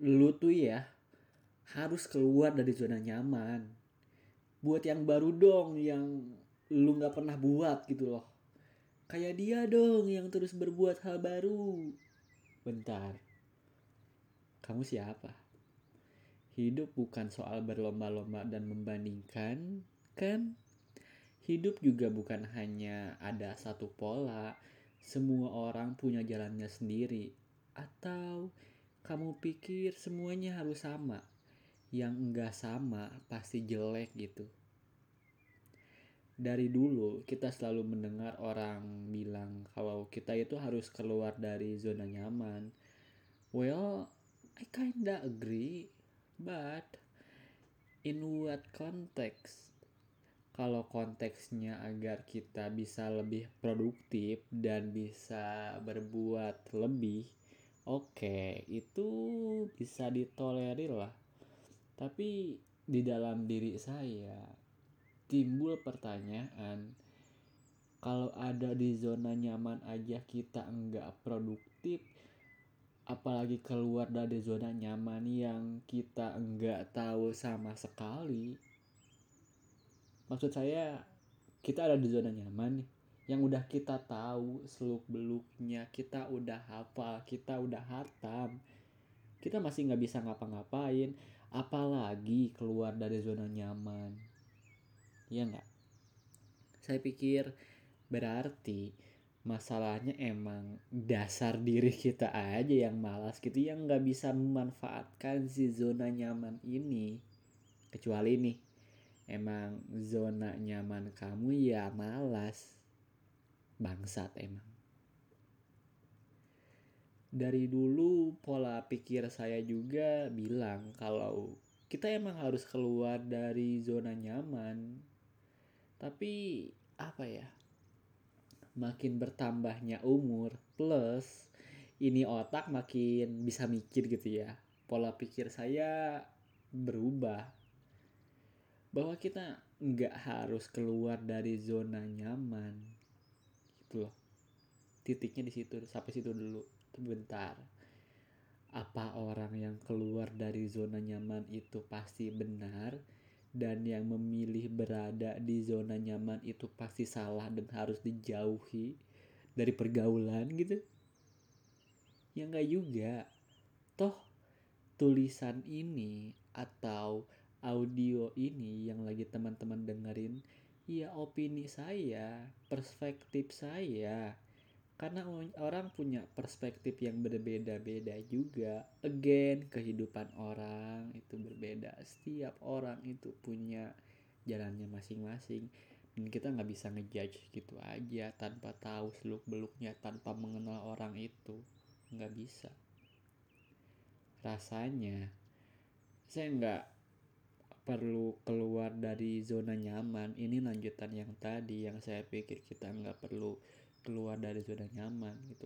lu tuh ya harus keluar dari zona nyaman. Buat yang baru dong, yang lu nggak pernah buat gitu loh. Kayak dia dong yang terus berbuat hal baru. Bentar, kamu siapa? Hidup bukan soal berlomba-lomba dan membandingkan, kan? Hidup juga bukan hanya ada satu pola. Semua orang punya jalannya sendiri. Atau kamu pikir semuanya harus sama? Yang enggak sama pasti jelek gitu. Dari dulu kita selalu mendengar orang bilang kalau kita itu harus keluar dari zona nyaman. Well, I kinda agree, but in what context? Kalau konteksnya agar kita bisa lebih produktif dan bisa berbuat lebih, oke, itu bisa ditolerir lah. Tapi di dalam diri saya timbul pertanyaan, kalau ada di zona nyaman aja kita enggak produktif, apalagi keluar dari zona nyaman yang kita enggak tahu sama sekali. Maksud saya, kita ada di zona nyaman nih, yang udah kita tahu seluk beluknya, kita udah hafal, kita udah hatam, kita masih nggak bisa ngapa-ngapain, apalagi keluar dari zona nyaman. Ya nggak? Saya pikir berarti masalahnya emang dasar diri kita aja yang malas gitu, yang nggak bisa memanfaatkan si zona nyaman ini. Kecuali nih, emang zona nyaman kamu ya malas. Bangsat emang. Dari dulu pola pikir saya juga bilang kalau kita emang harus keluar dari zona nyaman. Tapi apa ya? Makin bertambahnya umur plus ini otak makin bisa mikir gitu ya. Pola pikir saya berubah bahwa kita nggak harus keluar dari zona nyaman gitu loh. Titiknya di situ, sampai situ dulu. Bentar, apa orang yang keluar dari zona nyaman itu pasti benar dan yang memilih berada di zona nyaman itu pasti salah dan harus dijauhi dari pergaulan gitu? Ya nggak juga. Toh tulisan ini atau audio ini yang lagi teman-teman dengerin, ya opini saya, perspektif saya. Karena orang punya perspektif yang berbeda-beda juga. Again, kehidupan orang itu berbeda. Setiap orang itu punya jalannya masing-masing. Dan kita nggak bisa ngejudge gitu aja tanpa tahu seluk beluknya, tanpa mengenal orang itu. Nggak bisa. Rasanya saya nggak perlu keluar dari zona nyaman. Ini lanjutan yang tadi yang saya pikir kita nggak perlu keluar dari zona nyaman gitu.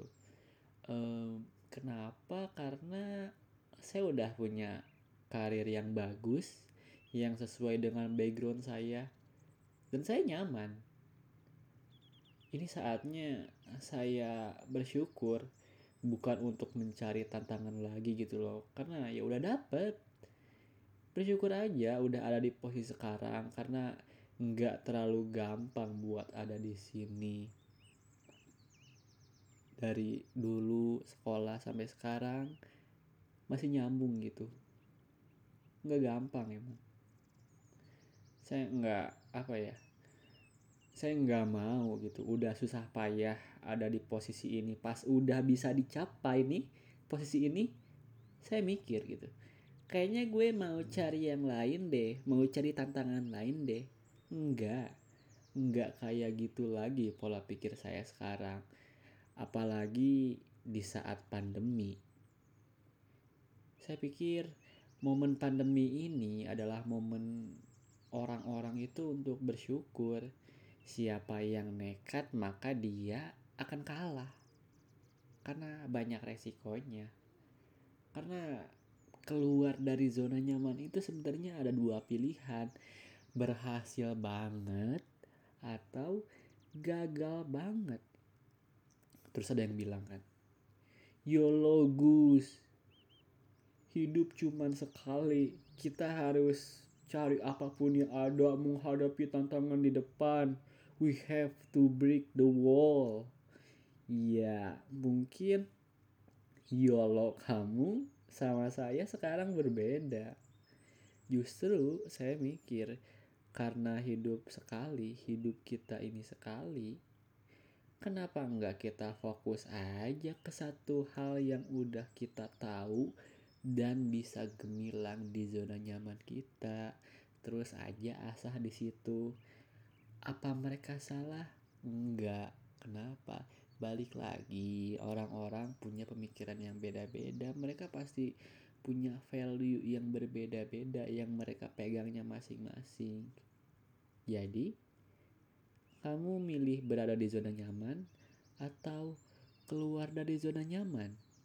Kenapa? Karena saya udah punya karir yang bagus, yang sesuai dengan background saya, dan saya nyaman. Ini saatnya saya bersyukur, bukan untuk mencari tantangan lagi gitu loh, karena ya udah dapet. Bersyukur aja udah ada di posisi sekarang, karena nggak terlalu gampang buat ada di sini. Dari dulu sekolah sampai sekarang masih nyambung gitu, nggak gampang emang. Saya nggak, apa ya, saya nggak mau gitu udah susah payah ada di posisi ini, pas udah bisa dicapai nih posisi ini, saya mikir gitu, kayaknya gue mau cari yang lain deh, mau cari tantangan lain deh. Nggak kayak gitu lagi pola pikir saya sekarang, apalagi di saat pandemi. Saya pikir momen pandemi ini adalah momen orang-orang itu untuk bersyukur. Siapa yang nekat maka dia akan kalah. Karena banyak resikonya. Karena keluar dari zona nyaman itu sebenarnya ada dua pilihan. Berhasil banget atau gagal banget. Terus ada yang bilang kan, YOLO Gus, Hidup cuman sekali. Kita harus cari apapun yang ada menghadapi tantangan di depan. We have to break the wall. Ya, mungkin YOLO kamu sama saya sekarang berbeda. Justru saya mikir, karena hidup sekali, hidup kita ini sekali, kenapa enggak kita fokus aja ke satu hal yang udah kita tahu dan bisa gemilang di zona nyaman kita. Terus aja asah di situ. Apa mereka salah? Enggak. Kenapa? Balik lagi, orang-orang punya pemikiran yang beda-beda. Mereka pasti punya value yang berbeda-beda yang mereka pegangnya masing-masing. Jadi, kamu milih berada di zona nyaman atau keluar dari zona nyaman?